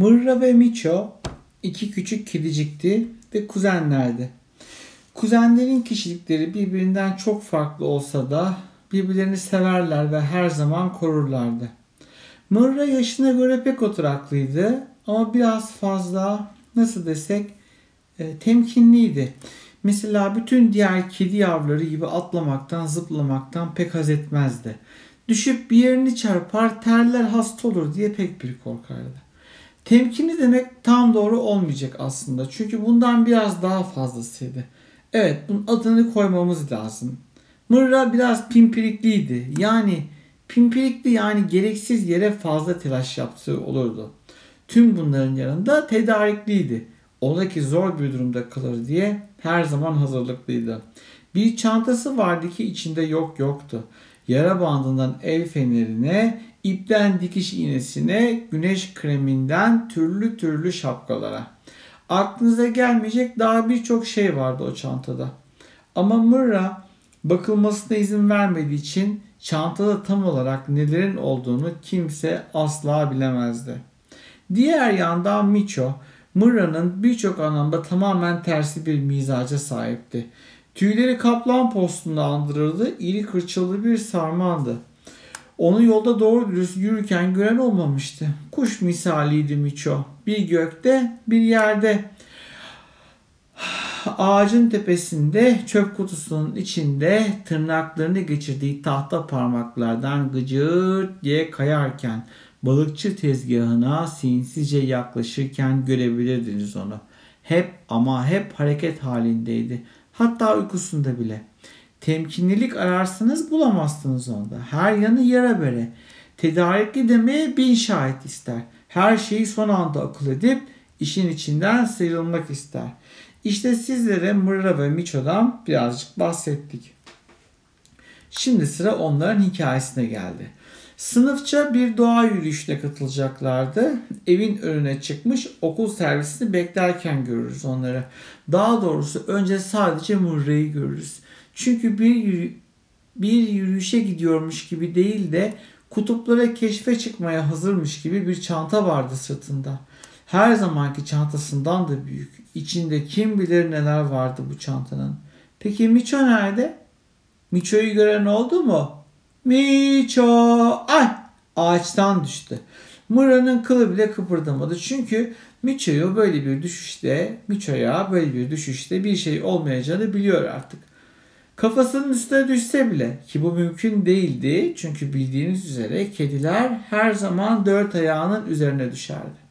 Mırra ve Miço iki küçük kedicikti ve kuzenlerdi. Kuzenlerin kişilikleri birbirinden çok farklı olsa da birbirlerini severler ve her zaman korurlardı. Mırra yaşına göre pek oturaklıydı ama biraz fazla nasıl desek temkinliydi. Mesela bütün diğer kedi yavruları gibi atlamaktan, zıplamaktan pek haz etmezdi. Düşüp bir yerini çarpar, terler hasta olur diye pek bir korkardı. Temkinli demek tam doğru olmayacak aslında. Çünkü bundan biraz daha fazlasıydı. Evet, bunun adını koymamız lazım. Mırra biraz pimpirikliydi. Yani gereksiz yere fazla telaş yaptığı olurdu. Tüm bunların yanında tedarikliydi. Ola ki zor bir durumda kalır diye her zaman hazırlıklıydı. Bir çantası vardı ki içinde yoktu. Yara bandından el fenerine, ipten dikiş iğnesine, güneş kreminden türlü türlü şapkalara. Aklınıza gelmeyecek daha birçok şey vardı o çantada. Ama Mırra bakılmasına izin vermediği için çantada tam olarak nelerin olduğunu kimse asla bilemezdi. Diğer yandan Miço, Mırra'nın birçok anlamda tamamen tersi bir mizaca sahipti. Tüyleri kaplan postunu andırırdı, iri kırçıllı bir sarmandı. Onu yolda doğru dürüst yürürken gören olmamıştı. Kuş misaliydi Miço. Bir gökte, bir yerde. Ağacın tepesinde, çöp kutusunun içinde tırnaklarını geçirdiği tahta parmaklardan gıcırt diye kayarken, balıkçı tezgahına sinsizce yaklaşırken görebilirdiniz onu. Hep hareket halindeydi. Hatta uykusunda bile. Temkinlilik ararsanız bulamazsınız onda. Her yanı yara bere. Tedarikli demeye bin şahit ister. Her şeyi son anda akıl edip işin içinden sıyrılmak ister. İşte sizlere Mırra ve Miço'dan birazcık bahsettik. Şimdi sıra onların hikayesine geldi. Sınıfça bir doğa yürüyüşüne katılacaklardı. Evin önüne çıkmış okul servisini beklerken görürüz onları. Daha doğrusu önce sadece Mırra'yı görürüz. Çünkü bir yürüyüşe gidiyormuş gibi değil de kutuplara keşfe çıkmaya hazırmış gibi bir çanta vardı sırtında. Her zamanki çantasından da büyük. İçinde kim bilir neler vardı bu çantanın. Peki Miço nerede? Miço'yu gören oldu mu? Miço! Ay! Ağaçtan düştü. Mırra'nın kılı bile kıpırdamadı. Çünkü Miço'ya böyle bir düşüşte bir şey olmayacağını biliyor artık. Kafasının üstüne düşse bile ki bu mümkün değildi. Çünkü bildiğiniz üzere kediler her zaman dört ayağının üzerine düşerdi.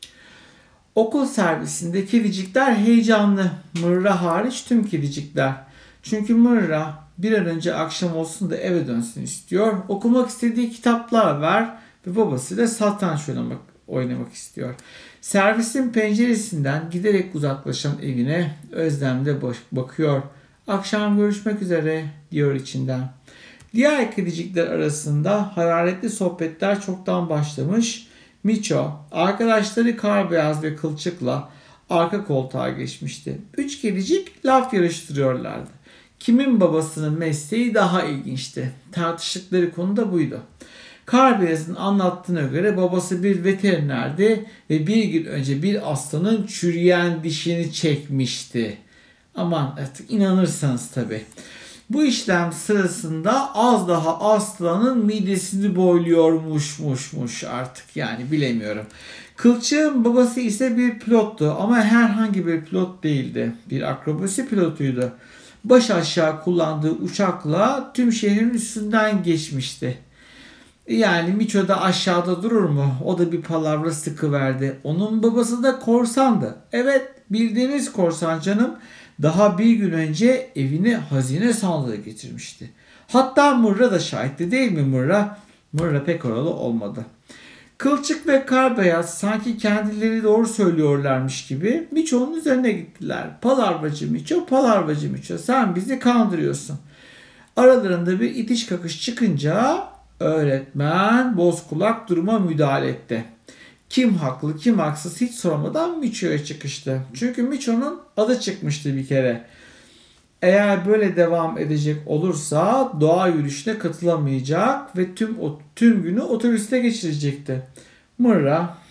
Okul servisinde kedicikler heyecanlı. Mırra hariç tüm kedicikler. Çünkü Mırra bir an önce akşam olsun da eve dönsün istiyor. Okumak istediği kitaplar var ve babasıyla satranç oynamak istiyor. Servisin penceresinden giderek uzaklaşan evine özlemle bakıyor. Akşam görüşmek üzere diyor içinden. Diğer kedicikler arasında hararetli sohbetler çoktan başlamış. Miço, arkadaşları Karbeyaz ve Kılçık'la arka koltuğa geçmişti. Üç kedicik laf yarıştırıyorlardı. Kimin babasının mesleği daha ilginçti? Tartıştıkları konu da buydu. Karbeyaz'ın anlattığına göre babası bir veterinerdi ve bir gün önce bir aslanın çürüyen dişini çekmişti. Aman artık inanırsanız tabii. Bu işlem sırasında az daha aslanın midesini boyluyormuşmuş artık yani bilemiyorum. Kılçığın babası ise bir pilottu ama herhangi bir pilot değildi. Bir akrobasi pilotuydu. Baş aşağı kullandığı uçakla tüm şehrin üstünden geçmişti. Yani Miço da aşağıda durur mu? O da bir palavra sıkıverdi. Onun babası da korsandı. Evet bildiğiniz korsan canım. Daha bir gün önce evine hazine sandığı getirmişti. Hatta Mırra da şahitti değil mi Mırra? Mırra pek oralı olmadı. Kılçık ve Karbeyaz sanki kendileri doğru söylüyorlarmış gibi Miço'nun üzerine gittiler. Palavracı Miço sen bizi kandırıyorsun. Aralarında bir itiş kakış çıkınca öğretmen Bozkulak duruma müdahale etti. Kim haklı kim haksız hiç sormadan Miço'ya çıkıştı. Çünkü Miço'nun adı çıkmıştı bir kere. Eğer böyle devam edecek olursa doğa yürüyüşüne katılamayacak ve tüm günü otobüste geçirecekti. Mırra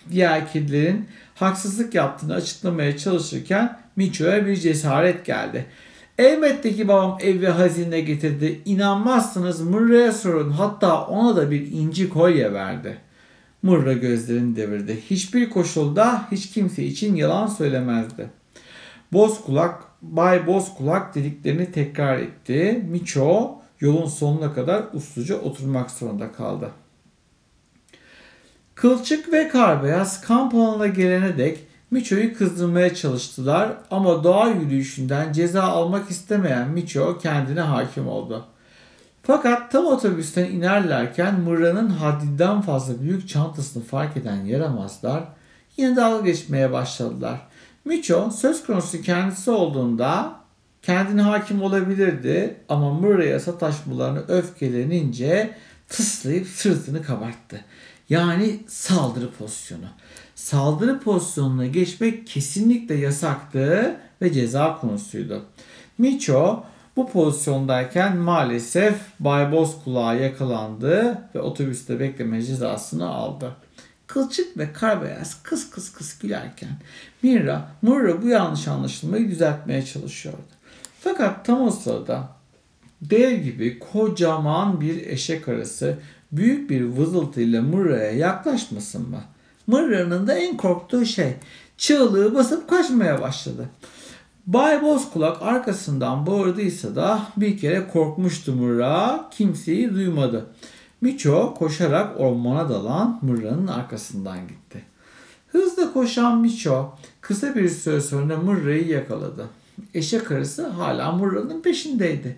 Diğer kedilerin haksızlık yaptığını açıklamaya çalışırken Miço'ya bir cesaret geldi. Elbette ki babam ev ve hazine getirdi. İnanmazsınız Mırra'ya sorun. Hatta ona da bir inci kolye verdi. Mırra gözlerini devirdi. Hiçbir koşulda hiç kimse için yalan söylemezdi. Bay Bozkulak dediklerini tekrar etti. Miço yolun sonuna kadar usluca oturmak zorunda kaldı. Kılçık ve Karbeyaz kamp alanına gelene dek Miço'yu kızdırmaya çalıştılar ama doğa yürüyüşünden ceza almak istemeyen Miço kendine hakim oldu. Fakat tam otobüsten inerlerken Mırra'nın haddinden fazla büyük çantasını fark eden yaramazlar yine dalga geçmeye başladılar. Miço söz konusu kendisi olduğunda kendine hakim olabilirdi ama Mırra'ya sataşmalarını öfkelenince tıslayıp sırtını kabarttı. Yani saldırı pozisyonu. Saldırı pozisyonuna geçmek kesinlikle yasaktı ve ceza konusuydu. Miço bu pozisyondayken maalesef Bay Bozkulak'a yakalandı ve otobüste bekleme cezasını aldı. Kılçık ve Karbeyaz kıs kıs kıs gülerken Mırra bu yanlış anlaşılmayı düzeltmeye çalışıyordu. Fakat tam o sırada dev gibi kocaman bir eşek arısı büyük bir vızıltıyla Mırra'ya yaklaşmasın mı? Mırra'nın da en korktuğu şey çığlığı basıp kaçmaya başladı. Bay Bozkulak arkasından bağırdıysa da bir kere korkmuştu Mırra, kimseyi duymadı. Miço koşarak ormana dalan Mırra'nın arkasından gitti. Hızla koşan Miço kısa bir süre sonra Mırra'yı yakaladı. Eşek arısı hala Mırra'nın peşindeydi.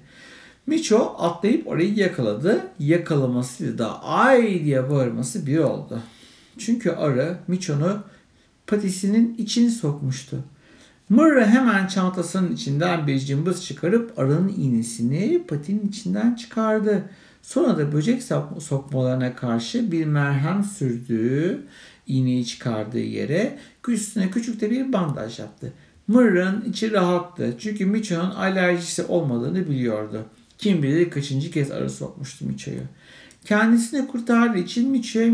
Miço atlayıp orayı yakaladı. Yakalamasıyla da ay diye bağırması bir oldu. Çünkü arı Miço'nu patisinin içine sokmuştu. Mırra hemen çantasının içinden bir cımbız çıkarıp arının iğnesini patinin içinden çıkardı. Sonra da böcek sokmalarına karşı bir merhem sürdü. İğneyi çıkardığı yere üstüne küçük de bir bandaj yaptı. Mırra'nın içi rahattı. Çünkü Miço'nun alerjisi olmadığını biliyordu. Kim bilir kaçıncı kez arı sokmuştu Miço'yu. Kendisini kurtardığı için Miço'ya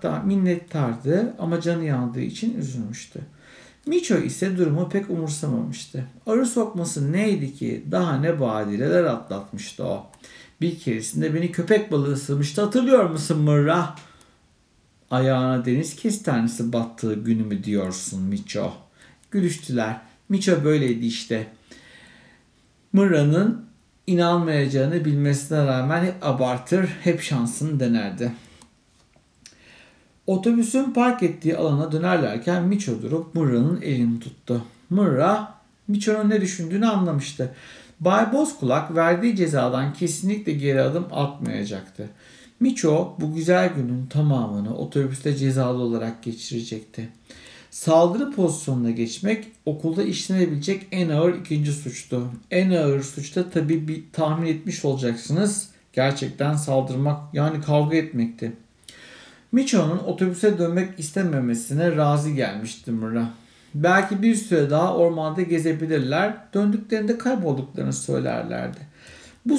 minnettardı ama canı yandığı için üzülmüştü. Miço ise durumu pek umursamamıştı. Arı sokması neydi ki? Daha ne badireler atlatmıştı o. Bir keresinde beni köpek balığı ısırmıştı, hatırlıyor musun Mırra? Ayağına deniz kestanesi battığı günü mü diyorsun Miço? Gülüştüler. Miço böyleydi işte. Mırra'nın inanmayacağını bilmesine rağmen hep abartır, hep şansını denerdi. Otobüsün park ettiği alana dönerlerken Miço durup Mırra'nın elini tuttu. Mırra, Miço'nun ne düşündüğünü anlamıştı. Bay Bozkulak verdiği cezadan kesinlikle geri adım atmayacaktı. Miço bu güzel günün tamamını otobüste cezalı olarak geçirecekti. Saldırı pozisyonuna geçmek okulda işlenebilecek en ağır ikinci suçtu. En ağır suçta tabii bir tahmin etmiş olacaksınız. Gerçekten saldırmak yani kavga etmekti. Miço'nun otobüse dönmek istememesine razı gelmişti Mırra. Belki bir süre daha ormanda gezebilirler, döndüklerinde kaybolduklarını söylerlerdi. Bu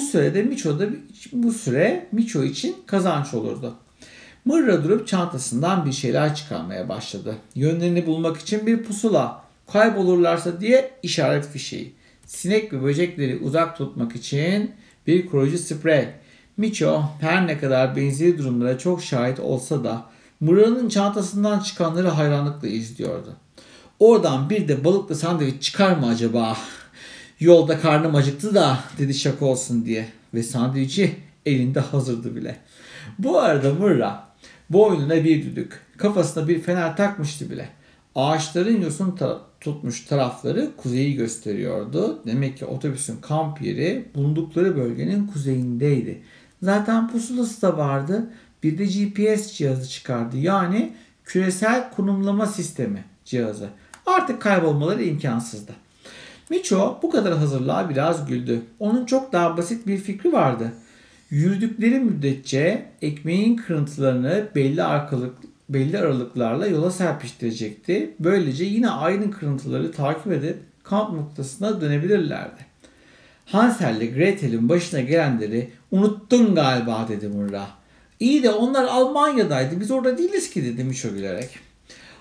süre Miço için kazanç olurdu. Mırra durup çantasından bir şeyler çıkarmaya başladı. Yönlerini bulmak için bir pusula, kaybolurlarsa diye işaret fişeği, sinek ve böcekleri uzak tutmak için bir koruyucu sprey. Miço her ne kadar benzeri durumlara çok şahit olsa da Mırra'nın çantasından çıkanları hayranlıkla izliyordu. Oradan bir de balıklı sandviç çıkar mı acaba? Yolda karnım acıktı da dedi şaka olsun diye ve sandviçi elinde hazırdı bile. Bu arada Mırra boynuna bir düdük, kafasına bir fener takmıştı bile. Ağaçların yosun tutmuş tarafları kuzeyi gösteriyordu. Demek ki otobüsün kamp yeri bulundukları bölgenin kuzeyindeydi. Zaten pusulası da vardı. Bir de GPS cihazı çıkardı. Yani küresel konumlama sistemi cihazı. Artık kaybolmaları imkansızdı. Miço bu kadar hazırlığa biraz güldü. Onun çok daha basit bir fikri vardı. Yürüdükleri müddetçe ekmeğin kırıntılarını belli aralıklarla yola serpiştirecekti. Böylece yine aynı kırıntıları takip edip kamp noktasına dönebilirlerdi. Hansel ile Gretel'in başına gelenleri unuttun galiba dedi Mırra. İyi de onlar Almanya'daydı, biz orada değiliz ki dedi Miço gülerek.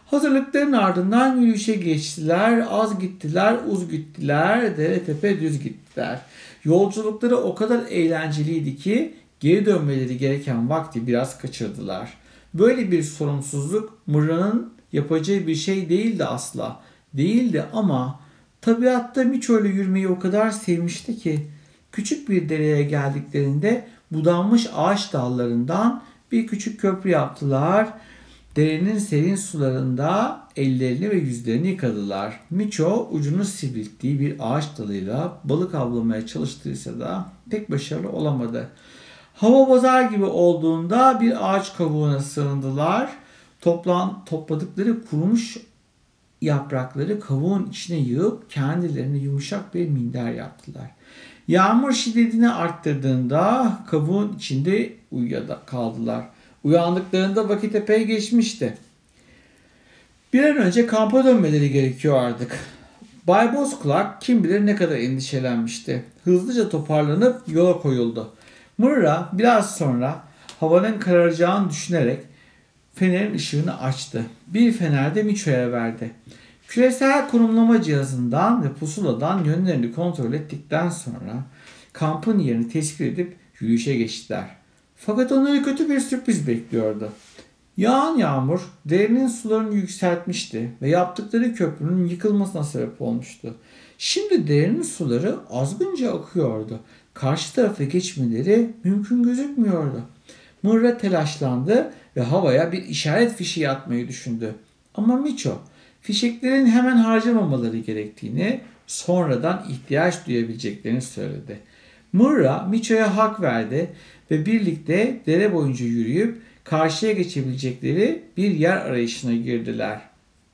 Hazırlıkların ardından yürüyüşe geçtiler. Az gittiler, uz gittiler, dere tepe düz gittiler. Yolculukları o kadar eğlenceliydi ki geri dönmeleri gereken vakti biraz kaçırdılar. Böyle bir sorumsuzluk Mırra'nın yapacağı bir şey değildi asla. Değildi ama tabiatta Miço ile yürümeyi o kadar sevmişti ki küçük bir dereye geldiklerinde budanmış ağaç dallarından bir küçük köprü yaptılar. Derenin serin sularında ellerini ve yüzlerini yıkadılar. Miço ucunu sivrilttiği bir ağaç dalıyla balık avlamaya çalıştıysa da pek başarılı olamadı. Hava bozar gibi olduğunda bir ağaç kavuğuna sığındılar. Topladıkları kurumuş yaprakları kavuğun içine yığıp kendilerine yumuşak bir minder yaptılar. Yağmur şiddetini arttırdığında kavuğun içinde kaldılar. Uyandıklarında vakit epey geçmişti. Bir an önce kampa dönmeleri gerekiyor artık. Bay Bozkulak kim bilir ne kadar endişelenmişti. Hızlıca toparlanıp yola koyuldu. Mırra biraz sonra havanın kararacağını düşünerek fenerin ışığını açtı. Bir fener de Miço'ya verdi. Küresel konumlama cihazından ve pusuladan yönlerini kontrol ettikten sonra kampın yerini tespit edip yürüyüşe geçtiler. Fakat onları kötü bir sürpriz bekliyordu. Yağan yağmur derenin sularını yükseltmişti ve yaptıkları köprünün yıkılmasına sebep olmuştu. Şimdi derenin suları azgınca akıyordu. Karşı tarafa geçmeleri mümkün gözükmüyordu. Mırra telaşlandı ve havaya bir işaret fişeği atmayı düşündü. Ama Miço, fişeklerin hemen harcamamaları gerektiğini, sonradan ihtiyaç duyabileceklerini söyledi. Mırra Miço'ya hak verdi ve birlikte dere boyunca yürüyüp karşıya geçebilecekleri bir yer arayışına girdiler.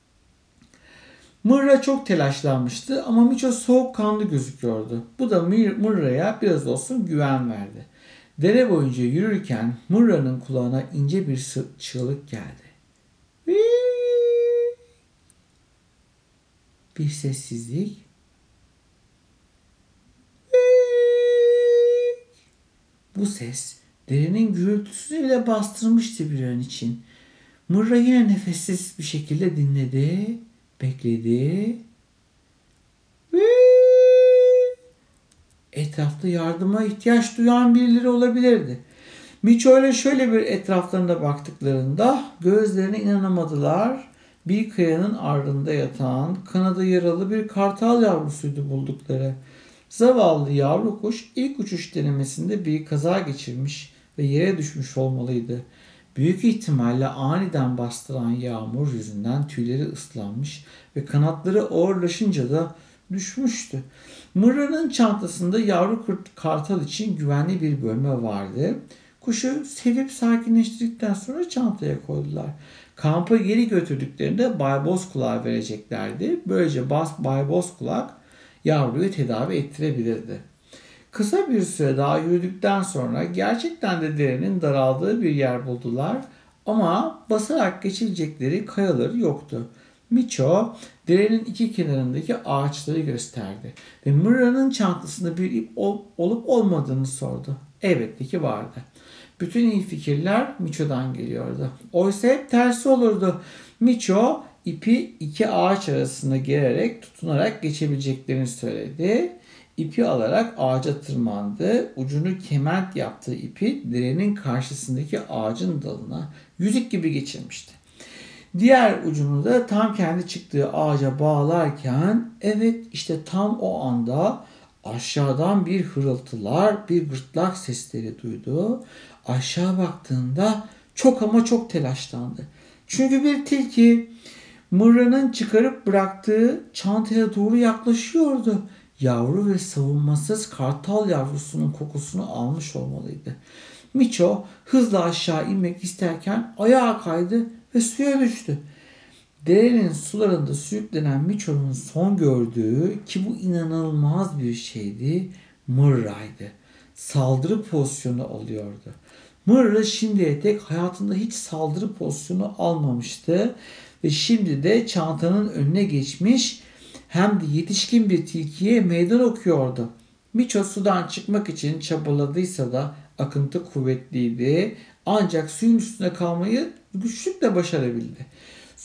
Mırra çok telaşlanmıştı ama Miço soğukkanlı gözüküyordu. Bu da Mırra'ya biraz olsun güven verdi. Dere boyunca yürürken Mırra'nın kulağına ince bir çığlık geldi. Bir sessizlik. Bu ses derenin gürültüsünü bile bastırmıştı bir an için. Mırra yine nefessiz bir şekilde dinledi, bekledi. Etrafta yardıma ihtiyaç duyan birileri olabilirdi. Miço ile şöyle bir etraflarına baktıklarında gözlerine inanamadılar. Bir kayanın ardında yatan, kanadı yaralı bir kartal yavrusuydu buldukları. Zavallı yavru kuş ilk uçuş denemesinde bir kaza geçirmiş ve yere düşmüş olmalıydı. Büyük ihtimalle aniden bastıran yağmur yüzünden tüyleri ıslanmış ve kanatları ağırlaşınca da düşmüştü. Mırra'nın çantasında yavru kartal için güvenli bir bölme vardı. Kuşu sevip sakinleştirdikten sonra çantaya koydular. Kampa geri götürdüklerinde Bay Bozkulak'a vereceklerdi. Böylece Bay Bozkulak yavruyu tedavi ettirebilirdi. Kısa bir süre daha yürüdükten sonra gerçekten de derenin daraldığı bir yer buldular ama basarak geçilecekleri kayaları yoktu. Miço derenin iki kenarındaki ağaçları gösterdi ve Mırra'nın çantasında bir ip olup olmadığını sordu. Elbette ki vardı. Bütün iyi fikirler Miço'dan geliyordu. Oysa hep tersi olurdu. Miço ipi iki ağaç arasında gererek tutunarak geçebileceklerini söyledi. İpi alarak ağaca tırmandı. Ucunu kement yaptığı ipi derenin karşısındaki ağacın dalına yüzük gibi geçirmişti. Diğer ucunu da tam kendi çıktığı ağaca bağlarken evet işte tam o anda aşağıdan bir hırıltılar, bir gırtlak sesleri duydu. Aşağı baktığında çok ama çok telaşlandı. Çünkü bir tilki Mırra'nın çıkarıp bıraktığı çantaya doğru yaklaşıyordu. Yavru ve savunmasız kartal yavrusunun kokusunu almış olmalıydı. Miço hızla aşağı inmek isterken ayağa kaydı ve suya düştü. Derenin sularında sürüklenen Miço'nun son gördüğü ki bu inanılmaz bir şeydi, Mırra'ydı. Saldırı pozisyonu alıyordu. Mırra şimdiye dek hayatında hiç saldırı pozisyonu almamıştı ve şimdi de çantanın önüne geçmiş hem de yetişkin bir tilkiye meydan okuyordu. Miço sudan çıkmak için çabaladıysa da akıntı kuvvetliydi ancak suyun üstüne kalmayı güçlükle başarabildi.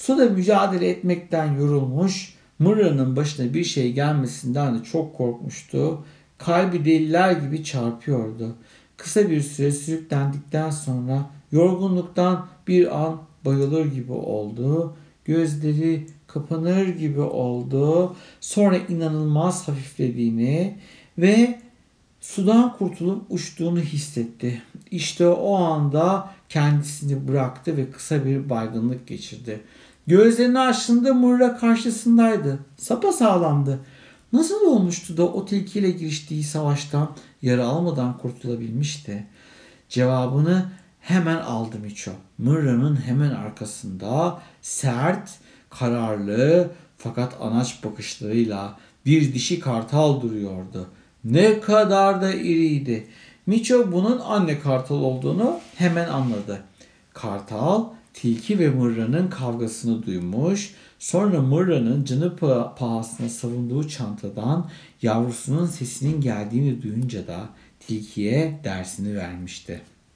Suda mücadele etmekten yorulmuş, Mırra'nın başına bir şey gelmesinden de çok korkmuştu. Kalbi deliler gibi çarpıyordu. Kısa bir süre sürüklendikten sonra yorgunluktan bir an bayılır gibi oldu. Gözleri kapanır gibi oldu. Sonra inanılmaz hafiflediğini ve sudan kurtulup uçtuğunu hissetti. İşte o anda kendisini bıraktı ve kısa bir baygınlık geçirdi. Gözlerini açtığında Mırra karşısındaydı. Sapasağlamdı. Nasıl olmuştu da o tilkiyle giriştiği savaştan yara almadan kurtulabilmişti? Cevabını hemen aldı Miço. Mırra'nın hemen arkasında sert, kararlı fakat anaç bakışlarıyla bir dişi kartal duruyordu. Ne kadar da iriydi. Miço bunun anne kartal olduğunu hemen anladı. Kartal tilki ve Mırra'nın kavgasını duymuş. Sonra Mırra'nın canı pahasına savunduğu çantadan yavrusunun sesinin geldiğini duyunca da tilkiye dersini vermişti.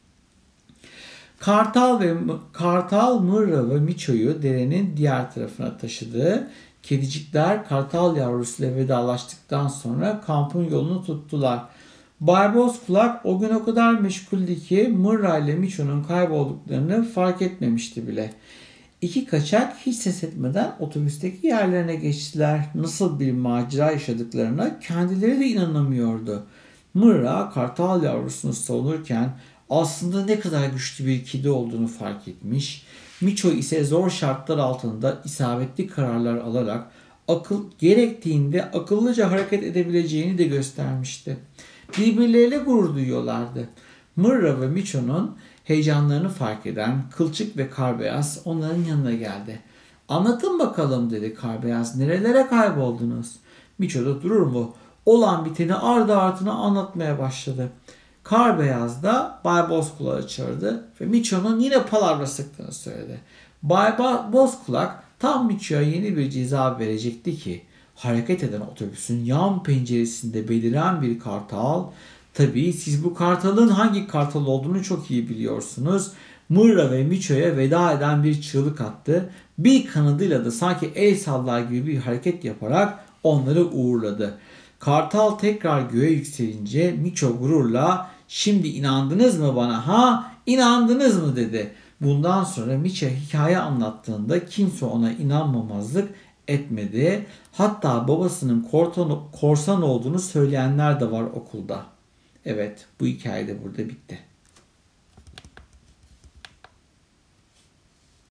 Kartal, Mırra ve Miço'yu derenin diğer tarafına taşıdı. Kedicikler kartal yavrusuyla vedalaştıktan sonra kampın yolunu tuttular. Bay Bozkulak o gün o kadar meşguldü ki Mırra ile Miço'nun kaybolduklarını fark etmemişti bile. İki kaçak hiç ses etmeden otobüsteki yerlerine geçtiler. Nasıl bir macera yaşadıklarına kendileri de inanamıyordu. Mırra kartal yavrusunu savunurken aslında ne kadar güçlü bir kedi olduğunu fark etmiş. Miço ise zor şartlar altında isabetli kararlar alarak gerektiğinde akıllıca hareket edebileceğini de göstermişti. Birbirleriyle gurur duyuyorlardı. Mırra ve Miço'nun heyecanlarını fark eden Kılçık ve Karbeyaz onların yanına geldi. "Anlatın bakalım," dedi Karbeyaz. "Nerelere kayboldunuz?" Miço da durur mu? Olan biteni ardı ardına anlatmaya başladı. Karbeyaz da Bay Bozkulak'ı çağırdı ve Miço'nun yine palavra sıktığını söyledi. Bay Bozkulak tam Miço'ya yeni bir ceza verecekti ki hareket eden otobüsün yan penceresinde beliren bir kartal, tabii siz bu kartalın hangi kartal olduğunu çok iyi biliyorsunuz, Mırra ve Miço'ya veda eden bir çığlık attı. Bir kanadıyla da sanki el sallar gibi bir hareket yaparak onları uğurladı. Kartal tekrar göğe yükselince Miço gururla "Şimdi inandınız mı bana ha? İnandınız mı?" dedi. Bundan sonra Miço hikaye anlattığında kimse ona inanmamazlık etmedi. Hatta babasının korsan olduğunu söyleyenler de var okulda. Evet, bu hikaye de burada bitti.